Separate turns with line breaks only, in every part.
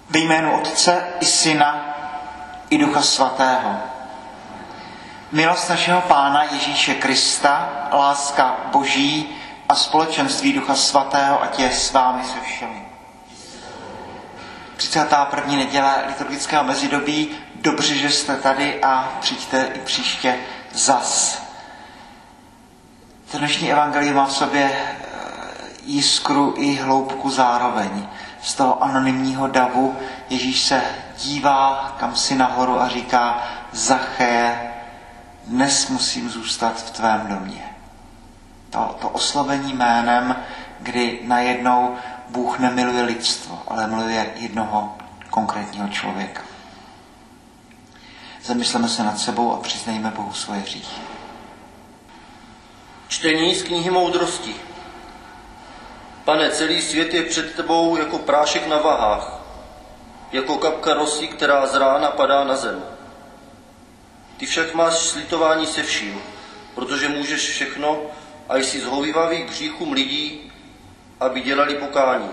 Ve jménu Otce i Syna i Ducha Svatého. Milost našeho Pána Ježíše Krista, láska Boží a společenství Ducha Svatého, ať je s vámi se všemi. 31. neděle liturgického mezidobí. Dobře, že jste tady a přijďte i příště zas. To dnešní evangelium má v sobě jiskru i hloubku zároveň. Z toho anonymního davu Ježíš se dívá kamsi nahoru a říká: Zacheje, dnes musím zůstat v tvém domě. To oslovení jménem, kdy najednou Bůh nemiluje lidstvo, ale miluje jednoho konkrétního člověka. Zamysleme se nad sebou a přiznejme Bohu svoje hříchy.
Čtení z knihy Moudrosti. Pane, celý svět je před tebou jako prášek na vahách, jako kapka rosy, která z rána padá na zem. Ty však máš slitování se vším, protože můžeš všechno a jsi zhovívavý k hříchům lidí, aby dělali pokání.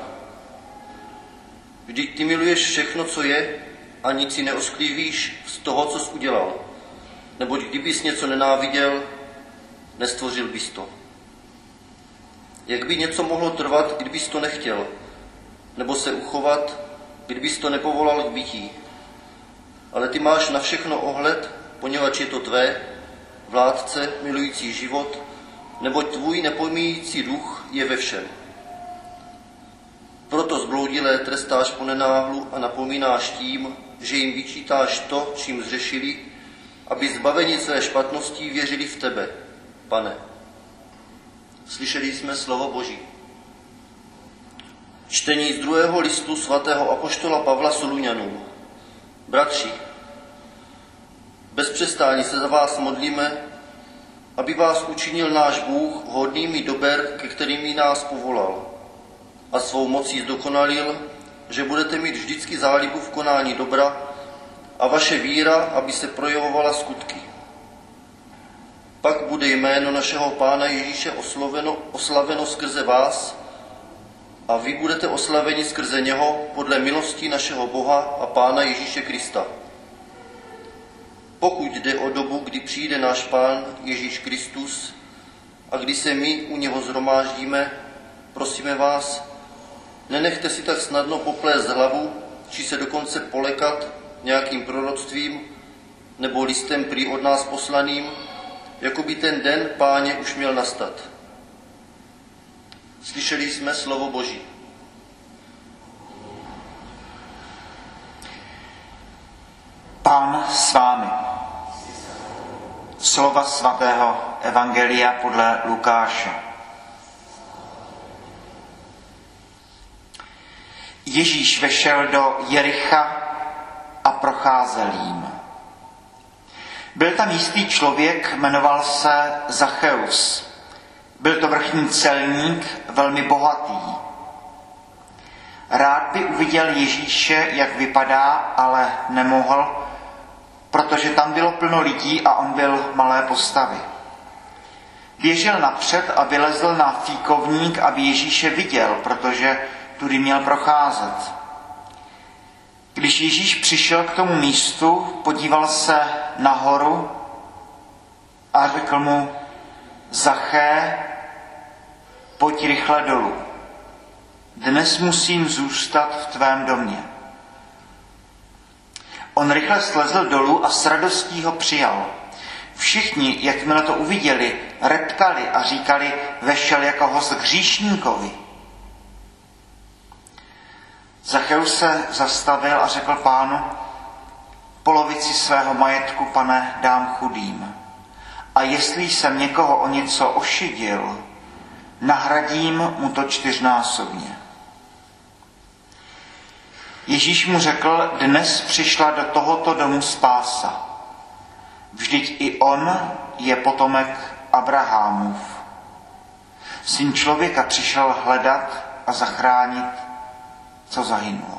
Vždyť ty miluješ všechno, co je, a nic si neosklívíš z toho, co jsi udělal. Neboť kdybys něco nenáviděl, nestvořil bys to. Jak by něco mohlo trvat, kdybys to nechtěl, nebo se uchovat, kdybys to nepovolal k bytí. Ale ty máš na všechno ohled, poněvadž je to tvé, vládce, milující život, neboť tvůj nepomíjící duch je ve všem. Proto zbloudilé trestáš po nenáhlu a napomínáš tím, že jim vyčítáš to, čím zřešili, aby zbaveni své špatností věřili v tebe, Pane. Slyšeli jsme slovo Boží. Čtení z 2. listu svatého apoštola Pavla Solunianům. Bratři, bez přestání se za vás modlíme, aby vás učinil náš Bůh hodnými dober, ke kterými nás povolal, a svou mocí zdokonalil, že budete mít vždycky zálibu v konání dobra a vaše víra, aby se projevovala skutky. Pak bude jméno našeho Pána Ježíše oslaveno skrze vás a vy budete oslaveni skrze něho podle milosti našeho Boha a Pána Ježíše Krista. Pokud jde o dobu, kdy přijde náš Pán Ježíš Kristus a kdy se my u něho shromáždíme, prosíme vás, nenechte si tak snadno poplést hlavu, či se dokonce polekat nějakým proroctvím nebo listem prý od nás poslaným, jako by ten den Páně už měl nastat. Slyšeli jsme slovo Boží.
Pán s vámi. Slova svatého evangelia podle Lukáše. Ježíš vešel do Jericha a procházel jím. Byl tam jistý člověk, jmenoval se Zacheus. Byl to vrchní celník, velmi bohatý. Rád by uviděl Ježíše, jak vypadá, ale nemohl, protože tam bylo plno lidí a on byl malé postavy. Běžel napřed a vylezl na fíkovník, aby Ježíše viděl, protože tudy měl procházet. Když Ježíš přišel k tomu místu, podíval se nahoru a řekl mu: Zaché, pojď rychle dolů. Dnes musím zůstat v tvém domě. On rychle slezl dolů a s radostí ho přijal. Všichni, jakmile to uviděli, reptali a říkali: vešel jako host hříšníkovi. Zacheus se zastavil a řekl Pánu: polovici svého majetku, Pane, dám chudým. A jestli jsem někoho o něco ošidil, nahradím mu to 4násobně. Ježíš mu řekl: dnes přišla do tohoto domu spása. Vždyť i on je potomek Abrahamův. Syn člověka přišel hledat a zachránit, co zahynulo.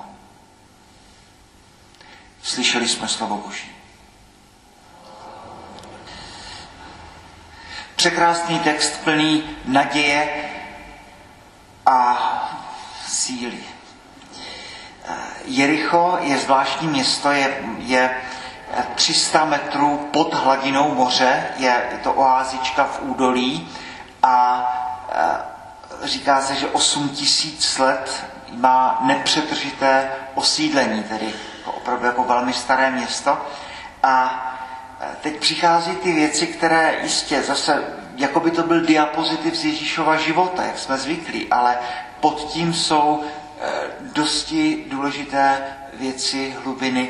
Slyšeli jsme slovo Boží. Překrásný text plný naděje a síly. Jericho je zvláštní město, je 300 metrů pod hladinou moře, je to oázička v údolí a říká se, že 8000 let má nepřetržité osídlení, tedy opravdu jako velmi staré město. A teď přichází ty věci, které jistě zase, jako by to byl diapozitiv z Ježíšova života, jak jsme zvyklí, ale pod tím jsou dosti důležité věci, hlubiny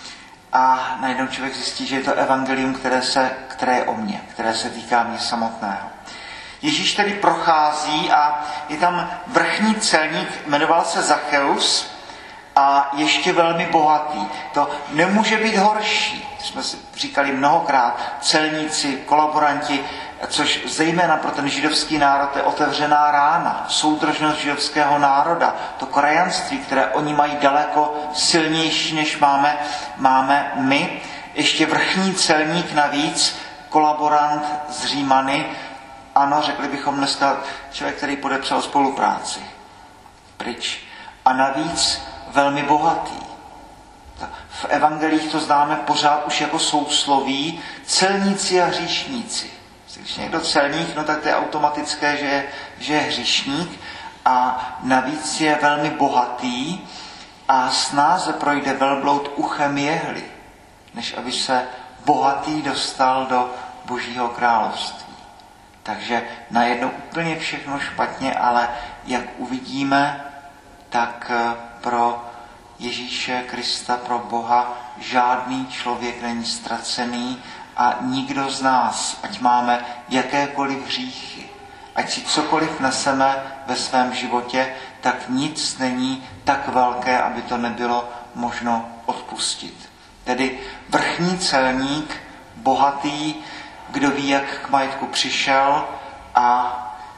a najednou člověk zjistí, že je to evangelium, které je o mně, které se týká mě samotného. Ježíš tedy prochází a je tam vrchní celník, jmenoval se Zacheus a ještě velmi bohatý. To nemůže být horší. Jsme si říkali mnohokrát, celníci, kolaboranti, což zejména pro ten židovský národ je otevřená rána, soudržnost židovského národa, to krajanství, které oni mají daleko silnější, než máme my. Ještě vrchní celník navíc, kolaborant z Římany, ano, řekli bychom dneska člověk, který podepsal spolupráci. Pryč. A navíc velmi bohatý. V evangelích to známe pořád už jako sousloví celníci a hříšníci. Když někdo celník, no tak to je automatické, že je hříšník a navíc je velmi bohatý a snáze projde velbloud uchem jehly, než aby se bohatý dostal do Božího království. Takže najednou úplně všechno špatně, ale jak uvidíme, tak pro Ježíše Krista, pro Boha, žádný člověk není ztracený a nikdo z nás, ať máme jakékoliv hříchy, ať si cokoliv neseme ve svém životě, tak nic není tak velké, aby to nebylo možno odpustit. Tedy vrchní celník, bohatý, kdo ví, jak k majetku přišel a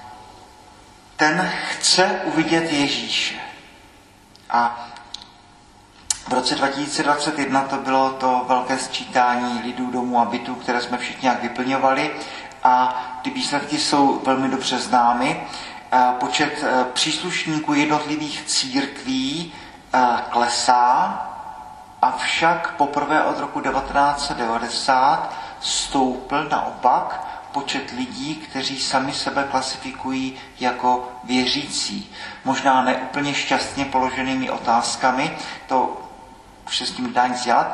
ten chce uvidět Ježíše. A v roce 2021 to bylo to velké sčítání lidů, domů a bytů, které jsme všichni nějak vyplňovali a ty výsledky jsou velmi dobře známy. Počet příslušníků jednotlivých církví klesá, avšak poprvé od roku 1990 stoupl naopak počet lidí, kteří sami sebe klasifikují jako věřící. Možná neúplně šťastně položenými otázkami, to už se s tím dá nic dělat,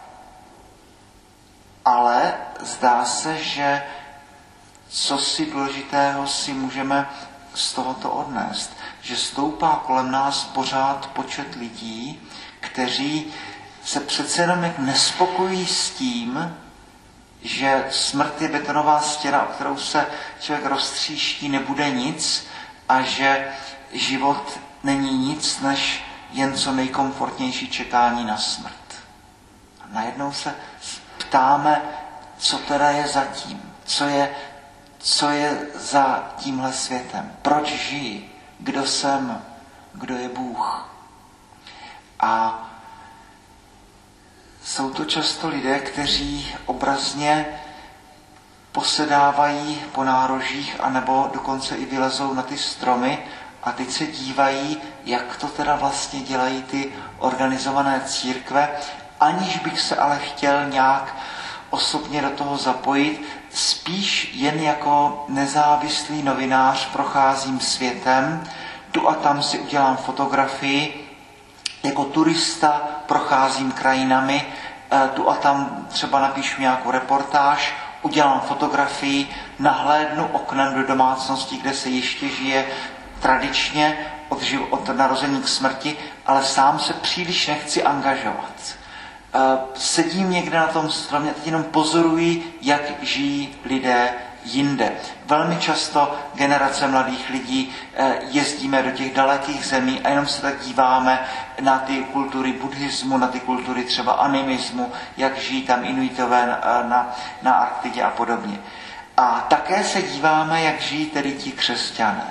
ale zdá se, že co si důležitého si můžeme z tohoto odnést, že stoupá kolem nás pořád počet lidí, kteří se přece jenom nespokojí s tím, že smrt je betonová stěna, o kterou se člověk roztříští, nebude nic a že život není nic, než jen co nejkomfortnější čekání na smrt. A najednou se ptáme, co teda je zatím, co je za tímhle světem, proč žiji, kdo jsem, kdo je Bůh. A jsou to často lidé, kteří obrazně posedávají po nárožích anebo dokonce i vylezou na ty stromy a teď se dívají, jak to teda vlastně dělají ty organizované církve, aniž bych se ale chtěl nějak osobně do toho zapojit, spíš jen jako nezávislý novinář procházím světem, tu a tam si udělám fotografii, jako turista procházím krajinami, tu a tam třeba napíšu nějakou reportáž, udělám fotografii, nahlédnu oknem do domácnosti, kde se ještě žije tradičně od narození k smrti, ale sám se příliš nechci angažovat. Sedím někde na tom stromě a teď jenom pozoruji, jak žijí lidé jinde. Velmi často generace mladých lidí jezdíme do těch dalekých zemí a jenom se tak díváme na ty kultury buddhismu, na ty kultury třeba animismu, jak žijí tam Inuitové na Arktidě a podobně. A také se díváme, jak žijí tedy ti křesťané.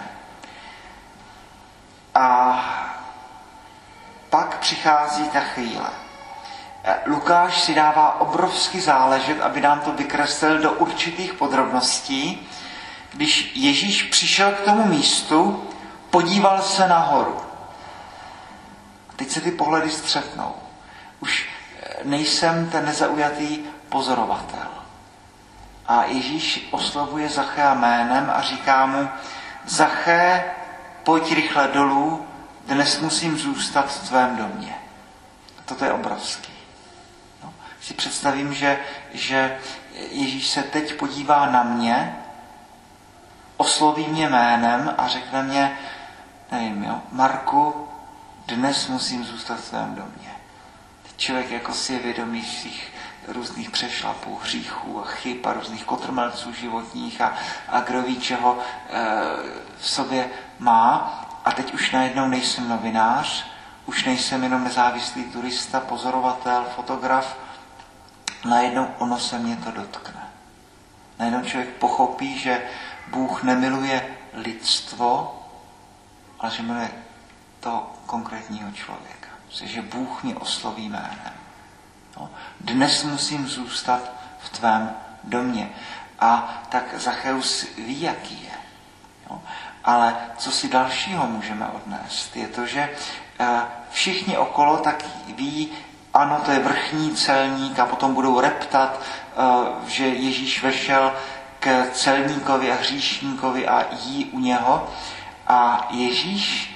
A pak přichází ta chvíle. Lukáš si dává obrovsky záležet, aby nám to vykreslil do určitých podrobností. Když Ježíš přišel k tomu místu, podíval se nahoru. teď se ty pohledy střetnou. Už nejsem ten nezaujatý pozorovatel. A Ježíš oslovuje Zachea jménem a říká mu, Zaché, pojď rychle dolů, dnes musím zůstat v tvém domě. A toto je obrovský. No, si představím, že Ježíš se teď podívá na mě, osloví mě jménem a řekne mě, nevím, jo, Marku, dnes musím zůstat v tvém domě. Teď člověk jako si je vědomý svých různých přešlapů, hříchů a chyb a různých kotrmelců životních a kdo ví, čeho v sobě má. A teď už najednou nejsem novinář, už nejsem jenom nezávislý turista, pozorovatel, fotograf. Najednou ono se mě to dotkne. Najednou člověk pochopí, že Bůh nemiluje lidstvo, ale že miluje toho konkrétního člověka. Že Bůh mě osloví jménem. No, dnes musím zůstat v tvém domě. A tak Zacheus ví, jaký je. No, ale co si dalšího můžeme odnést, je to, že všichni okolo tak ví, ano, to je vrchní celník a potom budou reptat, že Ježíš vešel k celníkovi a hříšníkovi a jí u něho. A Ježíš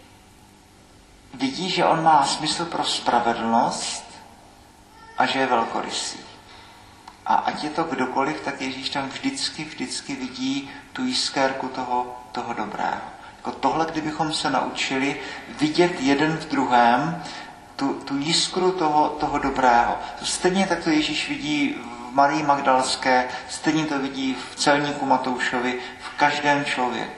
vidí, že on má smysl pro spravedlnost a že je velkorysý. A ať je to kdokoliv, tak Ježíš tam vždycky vidí tu jiskérku toho dobrého. Jako tohle, kdybychom se naučili vidět jeden v druhém, tu jiskru toho dobrého. Stejně tak to Ježíš vidí v Marii Magdalské, stejně to vidí v celníku Matoušovi, v každém člověku.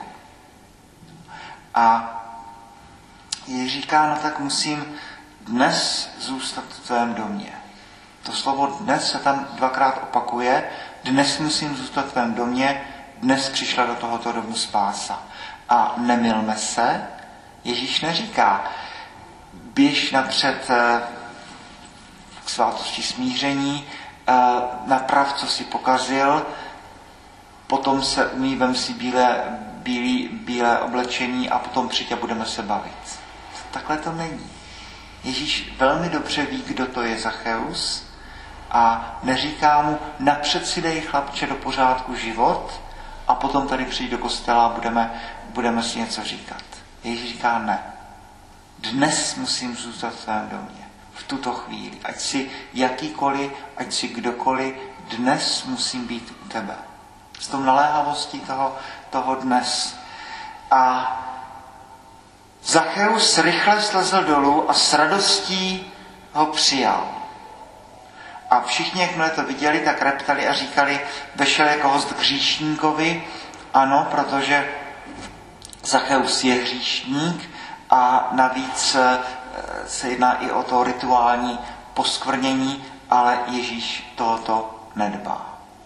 A Ježíš říká, no tak musím dnes zůstat v tvém domě. To slovo dnes se tam dvakrát opakuje. Dnes musím zůstat v tvém domě, dnes přišla do tohoto domu spása. A nemylme se, Ježíš neříká, běž napřed k svátosti smíření, naprav, co si pokazil, potom se umí, vem si bílé oblečení a potom přijď a budeme se bavit. Takhle to není. Ježíš velmi dobře ví, kdo to je Zacheus a neříká mu, napřed si dej, chlapče, do pořádku život a potom tady přijď do kostela a budeme si něco říkat. Ježíš říká ne. Dnes musím zůstat v tvém domě. V tuto chvíli. Ať si jakýkoliv, ať si kdokoliv, dnes musím být u tebe. S tou naléhavostí toho dnes. A Zacheus rychle slezl dolů a s radostí ho přijal. A všichni, jakmile to viděli, tak reptali a říkali, vešel jako host k hříšníkovi. Ano, protože Zacheus je hříšník a navíc se jedná i o to rituální poskvrnění, ale Ježíš tohoto nedbá.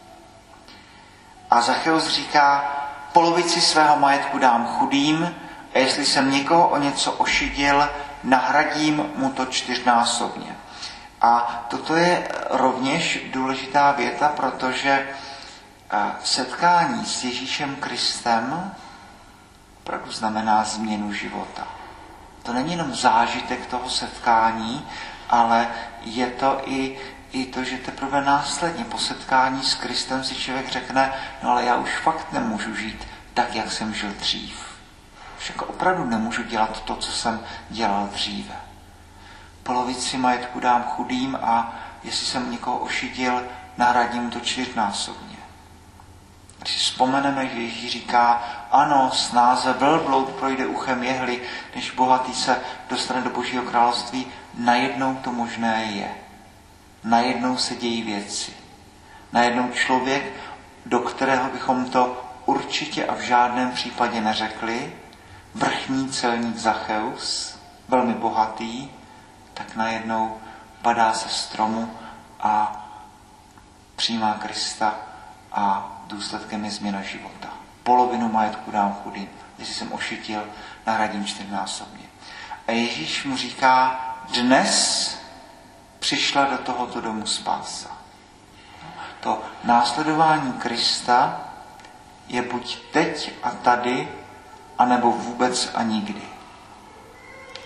A Zacheus říká, polovici svého majetku dám chudým a jestli jsem někoho o něco ošidil, nahradím mu to 4násobně. A toto je rovněž důležitá věta, protože setkání s Ježíšem Kristem opravdu znamená změnu života. To není jenom zážitek toho setkání, ale je to i to, že teprve následně po setkání s Kristem si člověk řekne, no ale já už fakt nemůžu žít tak, jak jsem žil dřív. Už jako opravdu nemůžu dělat to, co jsem dělal dříve. Polovici majetku dám chudým a jestli jsem někoho ošidil, nahradím to 4násobně. Když si vzpomeneme, že Ježíš říká, ano, snáze velbloud projde uchem jehly, než bohatý se dostane do Božího království, najednou to možné je. Najednou se dějí věci. Najednou člověk, do kterého bychom to určitě a v žádném případě neřekli, vrchní celník Zacheus, velmi bohatý, tak najednou padá se stromu a přijímá Krista a důsledkem je změna života. Polovinu majetku dám chudým. Jestli jsem ošidil, nahradím 4násobně. A Ježíš mu říká, dnes přišla do tohoto domu spása. To následování Krista je buď teď a tady, anebo vůbec a nikdy.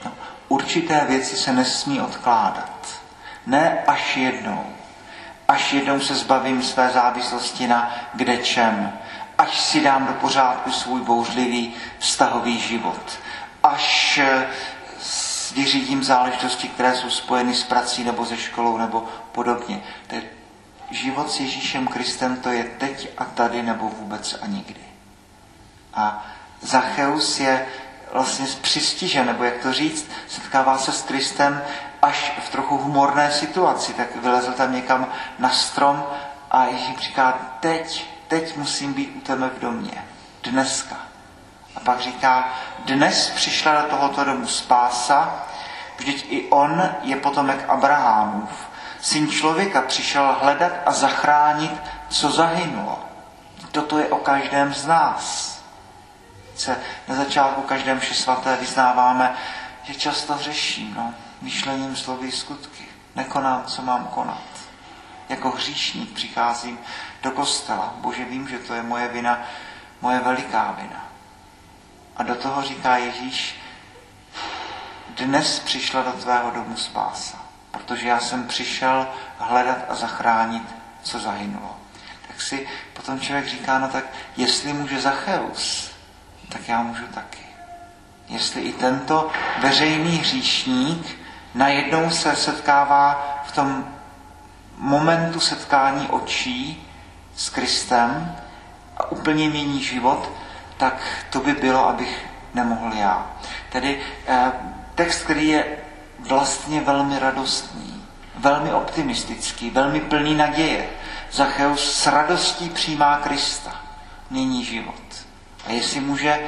určité věci se nesmí odkládat. Ne až jednou. Až jednou se zbavím své závislosti na kdečem. Až si dám do pořádku svůj bouřlivý vztahový život. Až vyřídím záležitosti, které jsou spojeny s prací nebo se školou nebo podobně. Život s Ježíšem Kristem to je teď a tady nebo vůbec a nikdy. A Zacheus je vlastně přistižen, nebo jak to říct, setkává se s Kristem až v trochu humorné situaci, tak vylezl tam někam na strom a Ježíš říká, teď musím být u tebe v domě, dneska. A pak říká, dnes přišla do tohoto domu spása, vždyť i on je potomek Abrahamův. Syn člověka přišel hledat a zachránit, co zahynulo. Toto je o každém z nás. Na začátku každé mše svaté vyznáváme, že často hřeším, myšlením, slovy, skutky. Nekonám, co mám konat. Jako hříšník přicházím do kostela. Bože, vím, že to je moje vina, moje veliká vina. A do toho říká Ježíš, dnes přišla do tvého domu spása, protože já jsem přišel hledat a zachránit, co zahynulo. Tak si potom člověk říká, tak jestli může Zacheus, tak já můžu taky. Jestli i tento veřejný hříšník najednou se setkává v tom momentu setkání očí s Kristem a úplně mění život, tak to by bylo, abych nemohl já. Tedy text, který je vlastně velmi radostný, velmi optimistický, velmi plný naděje. Zacheus s radostí přijímá Krista, mění život. A jestli může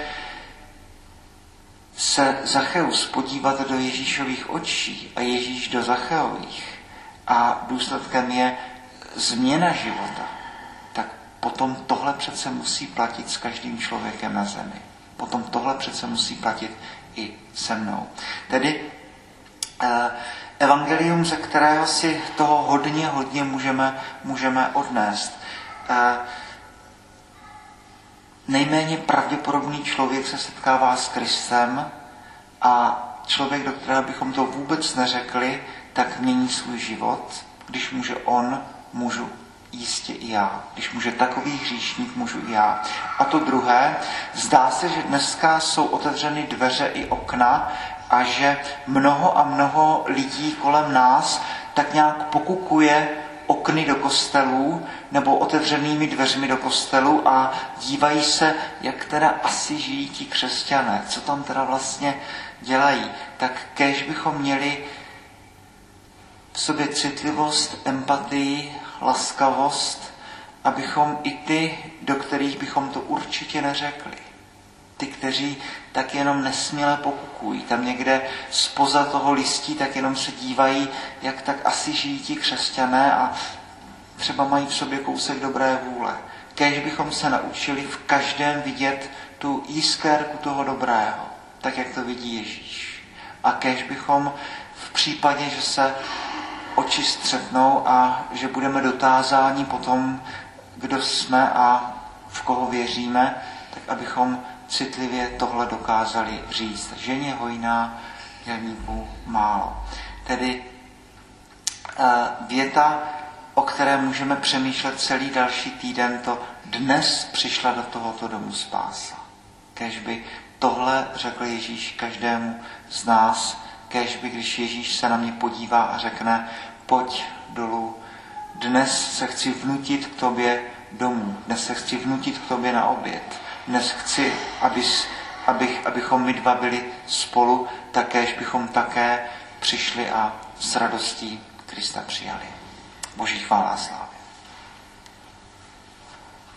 se Zacheus podívat do Ježíšových očí a Ježíš do Zacheových a důsledkem je změna života, tak potom tohle přece musí platit s každým člověkem na zemi. Potom tohle přece musí platit i se mnou. Tedy evangelium, ze kterého si toho hodně můžeme odnést. Nejméně pravděpodobný člověk se setkává s Kristem a člověk, do kterého bychom to vůbec neřekli, tak mění svůj život. Když může on, můžu jistě i já. Když může takový hříšník, můžu i já. A to druhé, zdá se, že dneska jsou otevřeny dveře i okna a že mnoho a mnoho lidí kolem nás tak nějak pokukuje okny do kostelů nebo otevřenými dveřmi do kostelů a dívají se, jak teda asi žijí ti křesťané, co tam teda vlastně dělají. Tak kéž bychom měli v sobě citlivost, empatii, laskavost, abychom i ty, do kterých bychom to určitě neřekli, ty, kteří tak jenom nesměle pokukují, tam někde zpoza toho listí tak jenom se dívají, jak tak asi žijí ti křesťané a třeba mají v sobě kousek dobré vůle. Kéž bychom se naučili v každém vidět tu jiskérku toho dobrého, tak jak to vidí Ježíš. A kéž bychom v případě, že se oči střetnou a že budeme dotázáni po tom, kdo jsme a v koho věříme, tak abychom citlivě tohle dokázali říct. Ženě hojná, dělníků málo. Tedy věta, o které můžeme přemýšlet celý další týden, to dnes přišla do tohoto domu spása. Kéž by tohle řekl Ježíš každému z nás, kéž by, když Ježíš se na mě podívá a řekne, pojď dolů, dnes se chci vnutit k tobě domů, dnes se chci vnutit k tobě na oběd, dnes chci, abychom my dva byli spolu, tak kéž bychom také přišli a s radostí Krista přijali. Boží chvála a sláva.